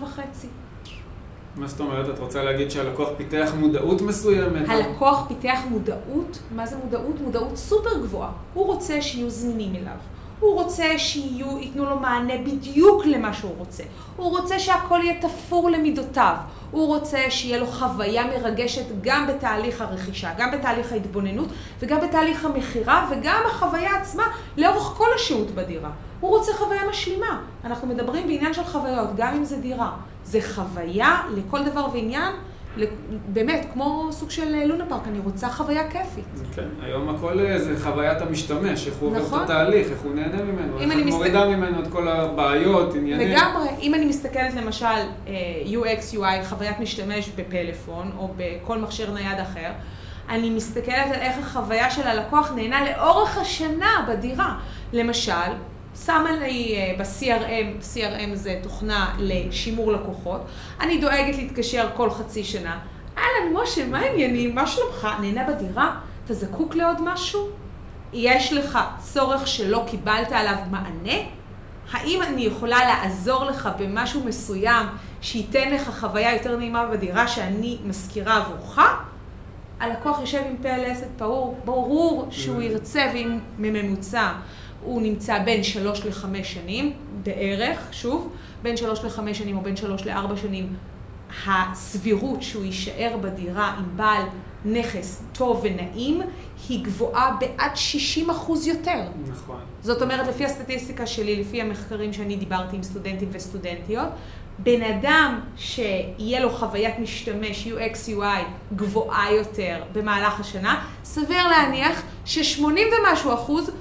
Speaker 1: מה זאת אומרת? את רוצה להגיד שהלקוח פיתח מודעות מסוימת?
Speaker 2: הלקוח פיתח מודעות. מה זה מודעות? מודעות סופר גבוהה. הוא רוצה שיהיו זמינים אליו. הוא רוצה ייתנו לו מענה בדיוק למה שהוא רוצה. הוא רוצה שהכל יהיה תפור למידותיו. הוא רוצה שיהיה לו חוויה מרגשת גם בתהליך הרכישה, גם בתהליך ההתבוננות וגם בתהליך המחירה וגם החוויה עצמה לאורך כל השהות בדירה. הוא רוצה חוויה משלימה. אנחנו מדברים בעניין של חוויות, גם אם זה דירה. זה חוויה לכל דבר ועניין, באמת, כמו סוג של לונה פארק, אני רוצה חוויה כיפית.
Speaker 1: כן, היום הכל זה חוויית המשתמש, איך הוא עובר את התהליך, איך הוא נהנה ממנו, איך הוא מורידה ממנו את כל הבעיות, עניינים.
Speaker 2: לגמרי, אם אני מסתכלת למשל UX, UI, חוויית משתמש בפלאפון או בכל מכשיר נייד אחר, אני מסתכלת על איך החוויה של הלקוח נהנה לאורך השנה בדירה. למשל, שמה לי ב-CRM זה תוכנה לשימור לקוחות. אני דואגת להתקשר כל חצי שנה. אהלן, משה, מה העניינים? מה שלומך? נהנה בדירה? אתה זקוק לעוד משהו? יש לך צורך שלא קיבלת עליו מענה? האם אני יכולה לעזור לך במשהו מסוים שייתן לך חוויה יותר נעימה בדירה שאני מזכירה עבורך? הלקוח יושב עם פה על עסק ברור שהוא ירצה, ואם מממוצע הוא נמצא בין 3 ל-5 שנים, בערך, שוב, בין 3 ל-5 שנים או בין 3 ל-4 שנים, הסבירות שהוא יישאר בדירה עם בעל נכס טוב ונעים, היא גבוהה בעד 60% יותר.
Speaker 1: נכון.
Speaker 2: זאת אומרת, לפי הסטטיסטיקה שלי, לפי המחקרים שאני דיברתי עם סטודנטים וסטודנטיות, בן אדם שיהיה לו חוויית משתמש UX UI גבוהה יותר במהלך השנה, סביר להניח ש80 ומשהו אחוז,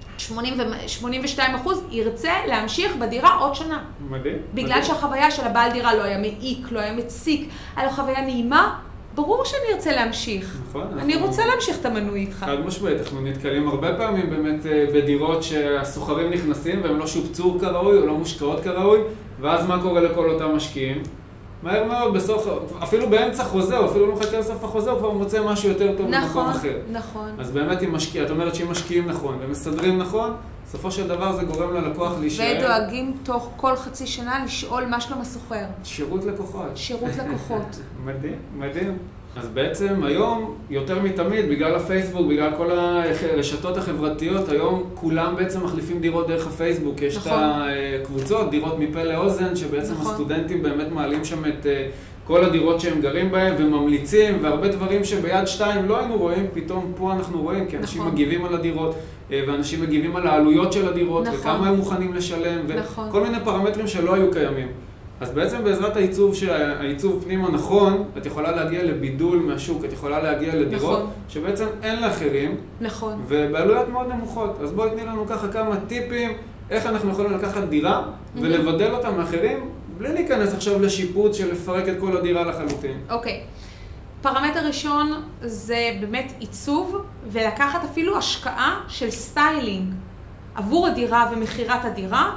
Speaker 2: 82% ירצה להמשיך בדירה עוד שנה.
Speaker 1: מדהים.
Speaker 2: בגלל שהחוויה של הבעל דירה לא היה מעיק, לא היה מציק, היה לו חוויה נעימה, ברור שאני ארצה להמשיך.
Speaker 1: נכון.
Speaker 2: אני רוצה להמשיך את המנוי איתך.
Speaker 1: חד משמעית, אנחנו נתקלים הרבה פעמים באמת בדירות שהסוחרים נכנסים והם לא שופצו כראוי או לא מושקעות כראוי, ואז מה קורה לכל אותם משקיעים? מהר מאוד, אפילו באמצע חוזה, או אפילו לא מחכה לסוף החוזה, הוא כבר מוצא משהו יותר טוב במקום אחר.
Speaker 2: נכון.
Speaker 1: אז באמת אם משקיע, את אומרת שאם משקיעים נכון ומסדרים נכון, בסופו של דבר זה גורם ללקוח להישאר.
Speaker 2: ודואגים תוך כל חצי שנה לשאול מה שלום הסוחר.
Speaker 1: שירות לקוחות.
Speaker 2: שירות לקוחות.
Speaker 1: מדהים, מדהים. אז בעצם היום, יותר מתמיד, בגלל הפייסבוק, בגלל כל הרשתות החברתיות, היום כולם בעצם מחליפים דירות דרך הפייסבוק. יש את הקבוצות, דירות מפה לאוזן, שבעצם הסטודנטים באמת מעלים שם את כל הדירות שהם גרים בהם וממליצים, והרבה דברים שביד שתיים לא היינו רואים, פתאום פה אנחנו רואים, כי אנשים מגיבים על הדירות, ואנשים מגיבים על העלויות של הדירות, וכמה הם מוכנים לשלם, וכל מיני פרמטרים שלא היו קיימים. אז בעצם בעזרת העיצוב פנימה נכון, את יכולה להגיע לבידול מהשוק, את יכולה להגיע לדירות שבעצם אין לאחרים, ובעלויות מאוד נמוכות. אז בואי תני לנו ככה כמה טיפים, איך אנחנו יכולים לקחת דירה ולבדל אותה מאחרים, בלי להיכנס עכשיו לשיפוץ של לפרק את כל הדירה לחלוטין.
Speaker 2: אוקיי. פרמטר ראשון זה באמת עיצוב, ולקחת אפילו השקעה של סטיילינג עבור הדירה ומחירת הדירה,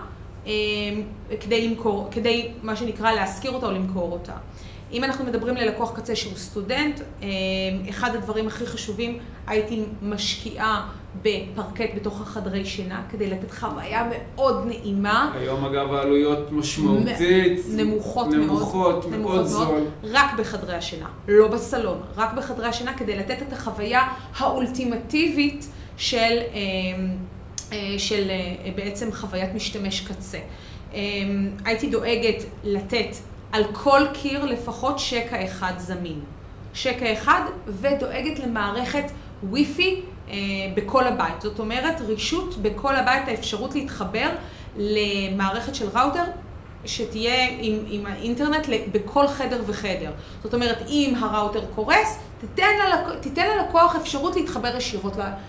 Speaker 2: כדי מה שנקרא להשכיר אותה או למכור אותה. אם אנחנו מדברים ללקוח קצה שהוא סטודנט, אחד הדברים הכי חשובים, הייתי משקיעה בפרקט בתוך החדרי שינה, כדי לתת חוויה מאוד נעימה.
Speaker 1: היום אגב העלויות משמעותית, נמוכות מאוד זול.
Speaker 2: רק בחדרי השינה, לא בסלון, רק בחדרי השינה, כדי לתת את החוויה האולטימטיבית של בעצם חוויית משתמש קצה. הייתי דואגת לתת על כל קיר לפחות שקע אחד זמין. שקע אחד ודואגת למערכת וויפי בכל הבית. זאת אומרת, רישות בכל הבית, האפשרות להתחבר למערכת של ראוטר שתהיה עם האינטרנט בכל חדר וחדר. זאת אומרת, אם הראוטר קורס, תיתן ללקוח אפשרות להתחבר ישירות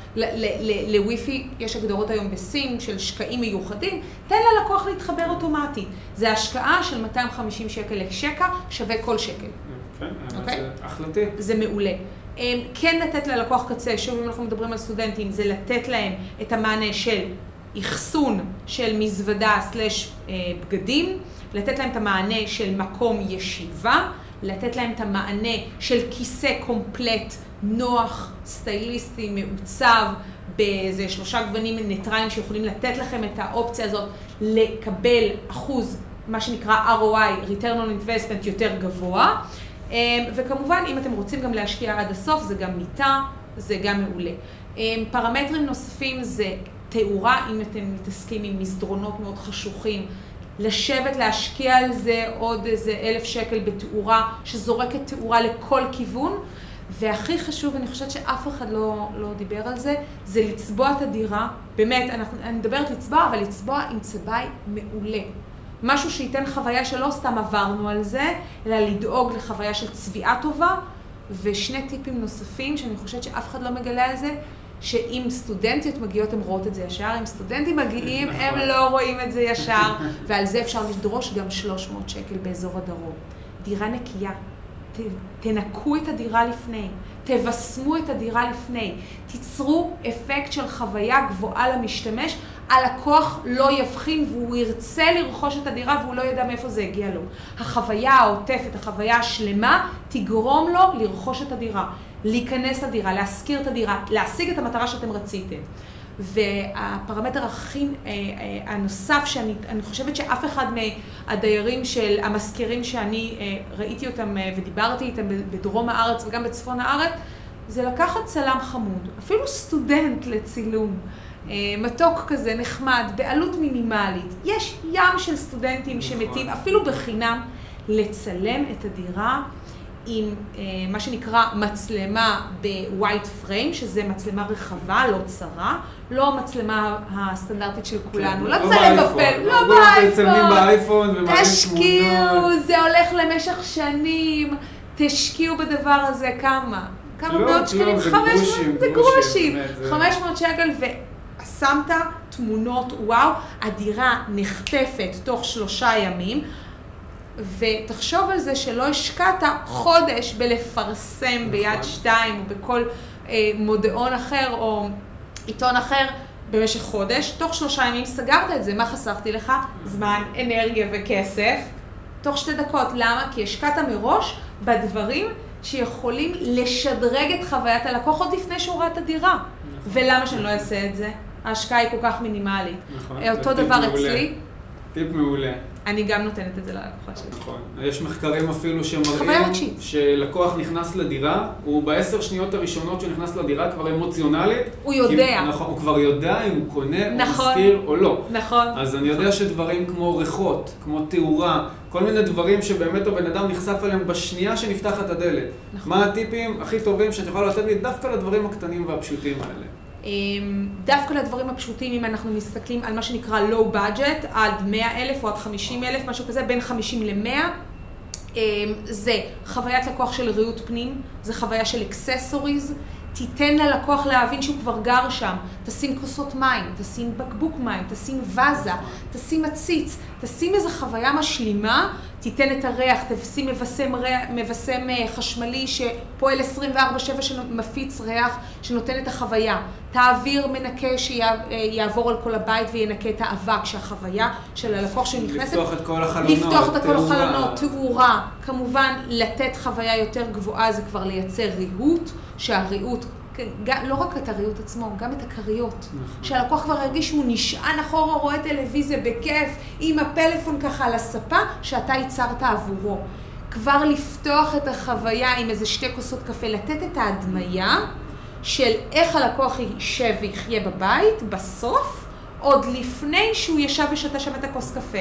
Speaker 2: לוויפי. יש הגדרות היום בסים של שקעים מיוחדים, תן ללקוח להתחבר אוטומטית. זה השקעה של 250 שקל לשקע, שווה כל שקל.
Speaker 1: כן, זה החלטי.
Speaker 2: זה מעולה. כן לתת ללקוח קצה, שוב אם אנחנו מדברים על סטודנטים, זה לתת להם את המענה של אחסון של מזוודה / בגדים, לתת להם את המענה של מקום ישיבה, לתת להם את המענה של כיסא קומפלט, נוח, סטייליסטי, מעוצב, באיזה 3 גוונים ניטרליים שיכולים לתת לכם את האופציה הזאת לקבל אחוז, מה שנקרא ROI, Return on Investment, יותר גבוה. וכמובן, אם אתם רוצים גם להשקיע עד הסוף, זה גם מיטה, זה גם מעולה. פרמטרים נוספים זה תאורה, אם אתם מתעסקים עם מסדרונות מאוד חשוכים, לשבת, להשקיע על זה עוד איזה 1,000 שקל בתאורה, שזורקת תאורה לכל כיוון. והכי חשוב, אני חושבת שאף אחד לא דיבר על זה, זה לצבוע את הדירה. באמת, אני מדברת לצבוע, אבל לצבוע עם צבעי מעולה. משהו שייתן חוויה שלא סתם עברנו על זה, אלא לדאוג לחוויה של צביעה טובה. ושני טיפים נוספים שאני חושבת שאף אחד לא מגלה על זה, שאם סטודנטיות מגיעות, הן רואות את זה ישר, אם סטודנטים מגיעים, הם לא רואים את זה ישר, ועל זה אפשר לדרוש גם 300 שקל באזור הדרום. דירה נקייה, תנקו את הדירה לפני, תבשמו את הדירה לפני, תיצרו אפקט של חוויה גבוהה למשתמש, הלקוח לא יבחין והוא ירצה לרכוש את הדירה והוא לא ידע מאיפה זה הגיע לו. החוויה העוטפת, החוויה השלמה, תגרום לו לרכוש את הדירה, להיכנס לדירה, להשכיר את הדירה, להשיג את המטרה שאתם רציתם. והפרמטר הכי הנוסף שאני חושבת שאף אחד מהדיירים של המשכירים שאני ראיתי אותם ודיברתי איתם בדרום הארץ וגם בצפון הארץ, זה לקחת צלם חמוד, אפילו סטודנט לצילום, מתוק כזה, נחמד, בעלות מינימלית. יש ים של סטודנטים שמתים אפילו בחינם לצלם את הדירה עם מה שנקרא מצלמה בווייט פריים, שזה מצלמה רחבה, לא צרה, לא מצלמה הסטנדרטית של כולנו, לא צלם בפל, לא באייפון, תשקיעו, זה הולך למשך שנים, תשקיעו בדבר הזה כמה מאות שקלים, 500, זה גרושים, 500 שקל ושמת תמונות, וואו, הדירה נחטפת תוך 3 ימים, ותחשוב על זה שלא השקעת חודש בלפרסם ביד 2 או בכל מודעון אחר או עיתון אחר במשך חודש, תוך 3 ימים סגרת את זה. מה חסכתי לך? זמן, אנרגיה וכסף. תוך 2 דקות. למה? כי השקעת מראש בדברים שיכולים לשדרג את חוויית הלקוח עוד לפני שהוא ראה את הדירה. ולמה שאני לא אעשה את זה? ההשקעה היא כל כך מינימלית. אותו דבר אצלי.
Speaker 1: טיפ מעולה.
Speaker 2: אני גם נותנת את זה ללקוחות שלי.
Speaker 1: נכון. יש מחקרים אפילו שמראים שלקוח נכנס לדירה, הוא ב10 שניות הראשונות שנכנס לדירה כבר אמוציונלית.
Speaker 2: הוא יודע.
Speaker 1: נכון, הוא כבר יודע אם הוא קונה או מסתיר או לא.
Speaker 2: נכון.
Speaker 1: אז אני יודע שדברים כמו ריחות, כמו תאורה, כל מיני דברים שבאמת הבן אדם נחשף אליהם בשנייה שנפתחת הדלת. מה הטיפים הכי טובים שאת יכולה לתת לי דווקא לדברים הקטנים והפשוטים האלה?
Speaker 2: דווקא לדברים הפשוטים, אם אנחנו מסתכלים על מה שנקרא low budget, עד 100,000 או עד 50,000, משהו כזה, בין 50 ל-100, זה חוויית לקוח של ריהוט פנים, זה חוויה של אקססוריז, תיתן ללקוח להבין שהוא כבר גר שם, תשים כוסות מים, תשים בקבוק מים, תשים וזה, תשים עציץ, תשים איזו חוויה משלימה, תיתן את הריח, תשים מבשם חשמלי שפועל 24/7 שמפיץ ריח, שנותן את החוויה. תעביר מנקה שיעבור על כל הבית וינקה את האבק, שהחוויה של הלקוח שנכנסת.
Speaker 1: לפתוח את כל החלונות,
Speaker 2: לפתוח את כל החלונות, תאורה. כמובן, לתת חוויה יותר גבוהה זה כבר לייצר ריהוט, שהריהוט, לא רק את הריהוט עצמו, גם את הקריות. שהלקוח כבר הרגיש שהוא נשען אחורה, רואה טלוויזיה בכיף, עם הפלאפון ככה על הספה, שאתה ייצרת עבורו. כבר לפתוח את החוויה עם איזה 2 כוסות קפה, לתת את ההדמיה של איך הלקוח יישב ויחיה בבית, בסוף, עוד לפני שהוא ישב ושתה שם את הכוס קפה.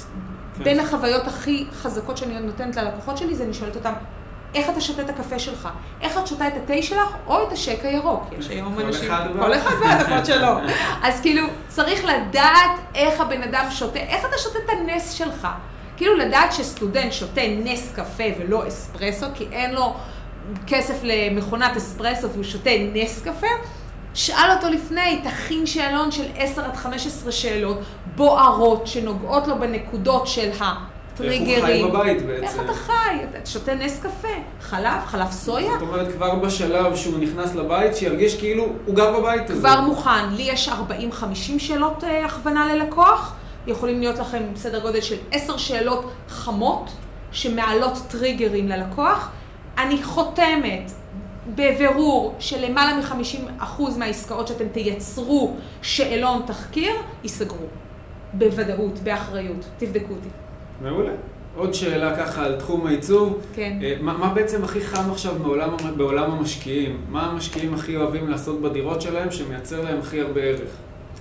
Speaker 2: בין החוויות הכי חזקות שאני נותנת ללקוחות שלי, זה אני שואלת אותם, איך אתה שותה את הקפה שלך? איך את שותה את התה שלך או את השק הירוק? יש היום אנשים, כל אחד והעדפות שלו. אז כאילו, צריך לדעת איך הבן אדם שותה, איך אתה שותה את הנס שלך. כאילו לדעת שסטודנט שותה נס קפה ולא אספרסו, כי אין לו כסף למכונת אספרסו והוא שותה נס קפה, שאל אותו לפני, תכין שאלון של 10 עד 15 שאלות בוערות שנוגעות לו בנקודות של טריגרים.
Speaker 1: איך הוא חי בבית בעצם?
Speaker 2: איך אתה חי? אתה שותה נס קפה, חלב סויה.
Speaker 1: זאת אומרת, כבר בשלב שהוא נכנס לבית, שירגיש כאילו הוא גר בבית הזה.
Speaker 2: כבר מוכן. לי יש 40-50 שאלות הכוונה ללקוח. יכולים להיות לכם בסדר גודל של 10 שאלות חמות, שמעלות טריגרים ללקוח. אני חותמת בבירור שלמעלה מ-50% מהעסקאות שאתם תייצרו שאלון תחקיר, ייסגרו. בוודאות, באחריות. תבדקו אותי.
Speaker 1: מעולה. עוד שאלה ככה על תחום העיצוב.
Speaker 2: כן.
Speaker 1: מה בעצם הכי חם עכשיו בעולם המשקיעים? מה המשקיעים הכי אוהבים לעשות בדירות שלהם שמייצר להם הכי הרבה ערך?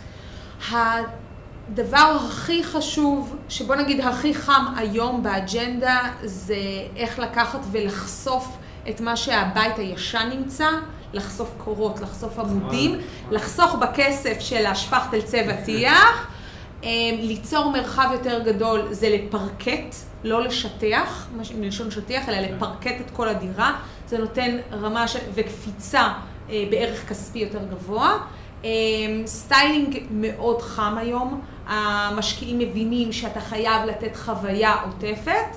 Speaker 2: הדבר הכי חשוב, שבוא נגיד הכי חם היום באג'נדה, זה איך לקחת ולחשוף את מה שהבית הישן נמצא, לחשוף קורות, לחשוף עמודים, לחסוך בכסף של השפכטל צבע טיח, ליצור מרחב יותר גדול זה לפרקט, לא לשטח, מלשון שטיח, אלא לפרקט את כל הדירה. זה נותן רמה וקפיצה בערך כספי יותר גבוה. סטיילינג מאוד חם היום. המשקיעים מבינים שאתה חייב לתת חוויה עוטפת.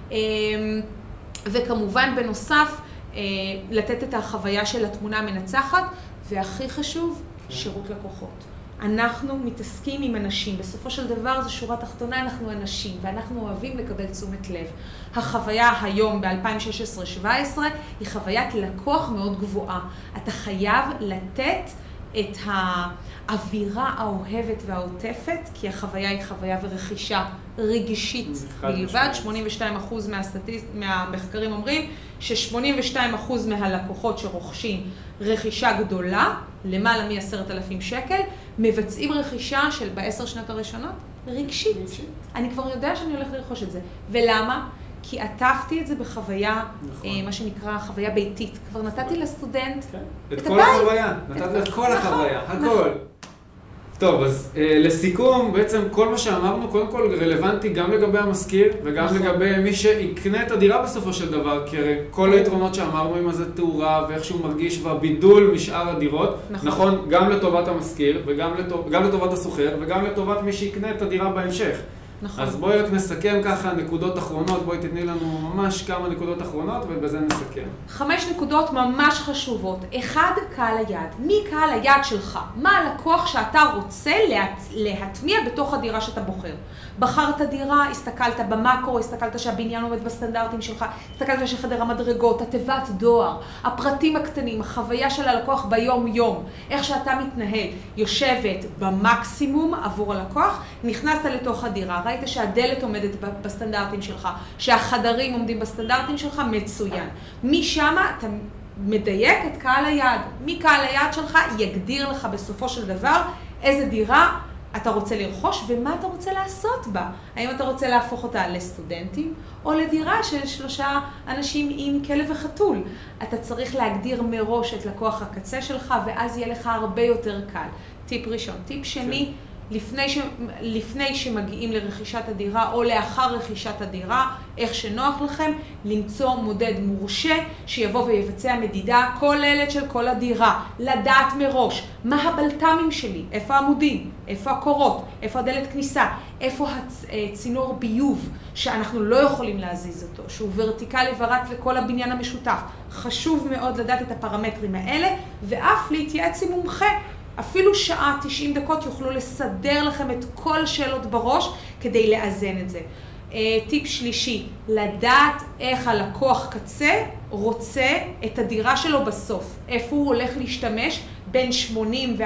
Speaker 2: וכמובן בנוסף, לתת את החוויה של התמונה המנצחת. והכי חשוב, שירות לקוחות. אנחנו מתעסקים עם אנשים, בסופו של דבר זו שורה תחתונה, אנחנו אנשים, ואנחנו אוהבים לקבל תשומת לב. החוויה היום ב-2016-2017 היא חוויית לקוח מאוד גבוהה. אתה חייב לתת את האווירה האוהבת והעוטפת, כי החוויה היא חוויה ורכישה רגישית בלבד. 82% מהמחקרים אומרים ש82% מהלקוחות שרוכשים רכישה גדולה, למעלה מ10,000 שקל, מבצעים רכישה של ב10 שנות הראשונות רגשית. אני כבר יודע שאני הולך לרכוש את זה. ולמה? כי עטפתי את זה בחוויה, מה שנקרא חוויה ביתית. כבר נתתי לסטודנט
Speaker 1: את כל החוויה. נתתי את כל החוויה, הכל. טוב, אז לסיכום, בעצם כל מה שאמרנו, קודם כל רלוונטי גם לגבי המשכיר, וגם לגבי מי שיקנה את הדירה בסופו של דבר, כי כל היתרונות שאמרנו עם הזה תאורה, ואיך שהוא מרגיש, והבידול משאר הדירות, נכון, גם לטובת המשכיר, וגם לטובת הסוחר, וגם לטובת מי שיקנה את הדירה בהמשך.
Speaker 2: נכון.
Speaker 1: אז בואי רק נסכם ככה נקודות אחרונות, בואי תתני לנו ממש כמה נקודות אחרונות ובזה נסכם.
Speaker 2: 5 נקודות ממש חשובות. 1, קהל היעד. מי קהל היעד שלך? מה הלקוח שאתה רוצה להטמיע בתוך הדירה שאתה בוחר? בחרת דירה, הסתכלת במקרו, הסתכלת שהבניין עומד בסטנדרטים שלך, הסתכלת שחדר המדרגות, התיבת דואר, הפרטים הקטנים, החוויה של הלקוח ביום-יום, איך שאתה מתנהל, יושבת במקסימום עבור הלקוח, נכנסת לתוך הדירה, ראית שהדלת עומדת בסטנדרטים שלך, שהחדרים עומדים בסטנדרטים שלך, מצוין. משם אתה מדייק את קהל היעד. מי קהל היעד שלך יגדיר לך בסופו של דבר איזה דירה אתה רוצה לרכוש ומה אתה רוצה לעשות בה. האם אתה רוצה להפוך אותה לסטודנטים או לדירה של 3 אנשים עם כלב וחתול. אתה צריך להגדיר מראש את לקוח הקצה שלך ואז יהיה לך הרבה יותר קל. טיפ ראשון. טיפ שני, לפני שמגיעים לרכישת הדירה או לאחר רכישת הדירה, איך שנוח לכם, למצוא מודד מורשה שיבוא ויבצע מדידה כוללת של כל הדירה, לדעת מראש מה הבלטמים שלי, איפה העמודים, איפה הקורות, איפה הדלת כניסה, איפה הצינור ביוב שאנחנו לא יכולים להזיז אותו, שהוא ורטיקלי ורץ לכל הבניין המשותף. חשוב מאוד לדעת את הפרמטרים האלה ואף להתייעץ עם מומחה. אפילו שעה, 90 דקות יוכלו לסדר לכם את כל השאלות בראש כדי לאזן את זה. טיפ שלישי, לדעת איך הלקוח קצה רוצה את הדירה שלו בסוף. איפה הוא הולך להשתמש בין 84%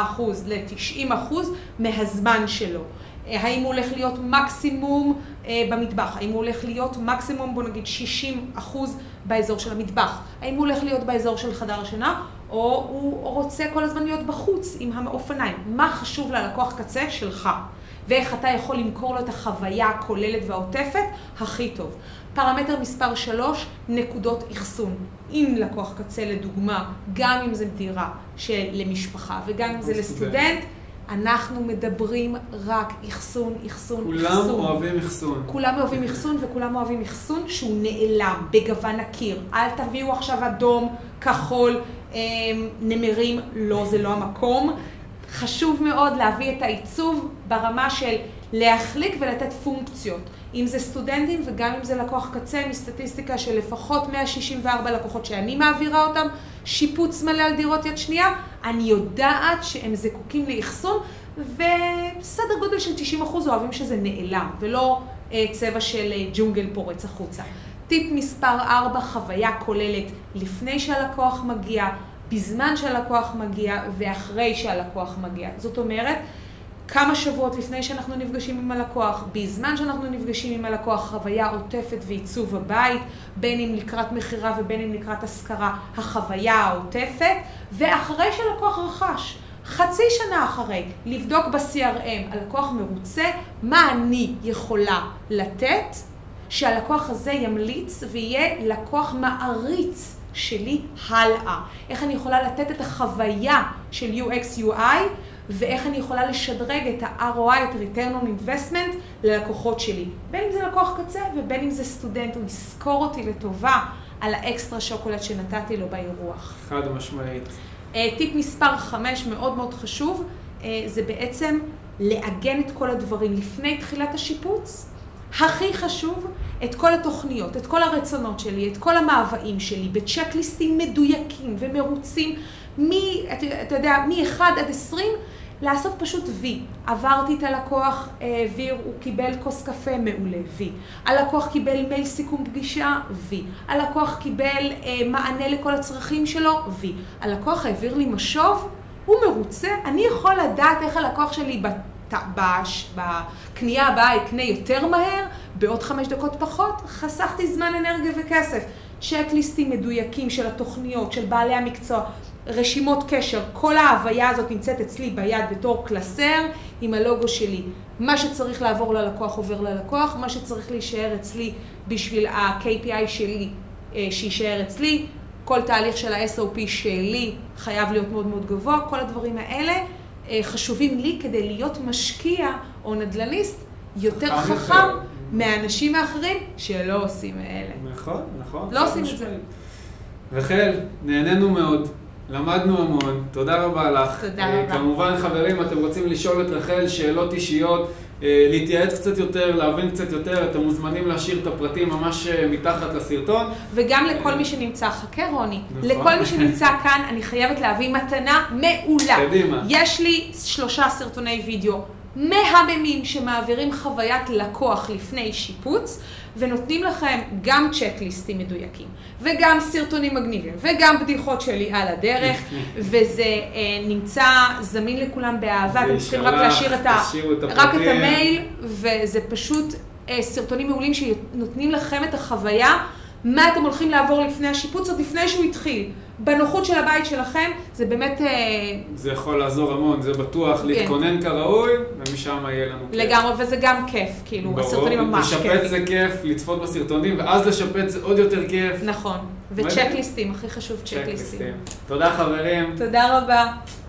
Speaker 2: ל-90% מהזמן שלו. האם הוא הולך להיות מקסימום במטבח? האם הוא הולך להיות מקסימום, בוא נגיד 60% באזור של המטבח? האם הוא הולך להיות באזור של חדר השינה? או הוא רוצה כל הזמן להיות בחוץ עם האופניים? מה חשוב ללקוח קצה שלך? ואיך אתה יכול למכור לו את החוויה הכוללת והעוטפת הכי טוב. פרמטר מספר 3, נקודות אחסון. אם לקוח קצה לדוגמה, גם אם זה דירה למשפחה וגם אם זה לסטודנט, אנחנו מדברים רק אחסון, אחסון,
Speaker 1: כולם
Speaker 2: אחסון.
Speaker 1: אוהבים אחסון.
Speaker 2: כולם אוהבים אחסון וכולם אוהבים אחסון שהוא נעלם בגוון הקיר. אל תביאו עכשיו אדום, כחול, נמרים, לא, זה לא המקום. חשוב מאוד להביא את העיצוב ברמה של להחליק ולתת פונקציות. אם זה סטודנטים וגם אם זה לקוח קצה, מסטטיסטיקה של לפחות 164 לקוחות שאני מעבירה אותם, שיפוץ מלא על דירות יד שנייה, אני יודעת שהם זקוקים לאחסון, וסדר גודל של 90% אוהבים שזה נעלם, ולא צבע של ג'ונגל פורץ החוצה. טיפ מספר 4, חוויה כוללת לפני שהלקוח מגיע, בזמן שהלקוח מגיע ואחרי שהלקוח מגיע. זאת אומרת, כמה שבועות לפני שאנחנו נפגשים עם הלקוח, בזמן שאנחנו נפגשים עם הלקוח, חוויה עוטפת ועיצוב הבית, בין אם לקראת מחירה ובין אם לקראת השכרה, החוויה העוטפת, ואחרי שהלקוח רכש, חצי שנה אחרי, לבדוק ב-CRM, הלקוח מרוצה, מה אני יכולה לתת, שהלקוח הזה ימליץ ויהיה לקוח מעריץ שלי הלאה. איך אני יכולה לתת את החוויה של UX UI, ואיך אני יכולה לשדרג את ה-ROI, את Return on Investment, ללקוחות שלי. בין אם זה לקוח קצה ובין אם זה סטודנט, הוא יזכור אותי לטובה על האקסטרה שוקולד שנתתי לו באירוח.
Speaker 1: חד משמעית.
Speaker 2: טיפ מספר 5, מאוד מאוד חשוב, זה בעצם לעגן את כל הדברים לפני תחילת השיפוץ. הכי חשוב, את כל התוכניות, את כל הרצונות שלי, את כל המאוויים שלי, בצ'קליסטים מדויקים ומרוצים, אתה יודע, מ-1 עד 20, לעשות פשוט וי. עברתי את הלקוח, העביר, הוא קיבל כוס קפה, מעולה, וי. הלקוח קיבל מייל סיכום פגישה, וי. הלקוח קיבל מענה לכל הצרכים שלו, וי. הלקוח העביר לי משוב, הוא מרוצה, אני יכול לדעת איך הלקוח שלי בקנייה הבאה יקנה יותר מהר, בעוד 5 דקות פחות, חסכתי זמן, אנרגיה וכסף. צ'קליסטים מדויקים של התוכניות, של בעלי המקצוע, רשימות קשר, כל ההוויה הזאת נמצאת אצלי ביד בתור קלסר עם הלוגו שלי. מה שצריך לעבור ללקוח עובר ללקוח, מה שצריך להישאר אצלי בשביל ה-KPI שלי שישאר אצלי, כל תהליך של ה-SOP שלי חייב להיות מאוד מאוד גבוה, כל הדברים האלה חשובים לי כדי להיות משקיע או נדלניסט יותר חכם מהאנשים האחרים שלא עושים האלה.
Speaker 1: נכון, נכון.
Speaker 2: לא עושים את זה.
Speaker 1: רחל, נהנינו מאוד, למדנו המון, תודה רבה לך.
Speaker 2: תודה רבה.
Speaker 1: כמובן חברים, אתם רוצים לשאול את רחל שאלות אישיות, להתייעץ קצת יותר, להבין קצת יותר, אתם מוזמנים להשאיר את הפרטים ממש מתחת לסרטון.
Speaker 2: וגם לכל מי שנמצא, חכה רוני, לכל מי שנמצא כאן, אני חייבת להביא מתנה מעולה.
Speaker 1: קדימה.
Speaker 2: יש לי 3 סרטוני וידאו מהממים שמעבירים חוויית לקוח לפני שיפוץ, ונותנים לכם גם צ'קליסטים מדויקים, וגם סרטונים מגניבים, וגם בדיחות שלי על הדרך, וזה נמצא זמין לכולם באהבה, אתם צריכים רק להשאיר רק את המייל, וזה פשוט סרטונים מעולים שנותנים לכם את החוויה, מה אתם הולכים לעבור לפני השיפוץ, עוד לפני שהוא התחיל. בנוחות של הבית שלכם, זה באמת...
Speaker 1: זה יכול לעזור המון, זה בטוח להתכונן כראוי, ומשם יהיה לנו כיף.
Speaker 2: לגמרי, וזה גם כיף, כאילו, הסרטונים ממש כיף.
Speaker 1: לשפץ זה כיף, לצפות בסרטונים, ואז לשפץ זה עוד יותר כיף.
Speaker 2: נכון, וצ'קליסטים, הכי חשוב צ'קליסטים.
Speaker 1: תודה חברים.
Speaker 2: תודה רבה.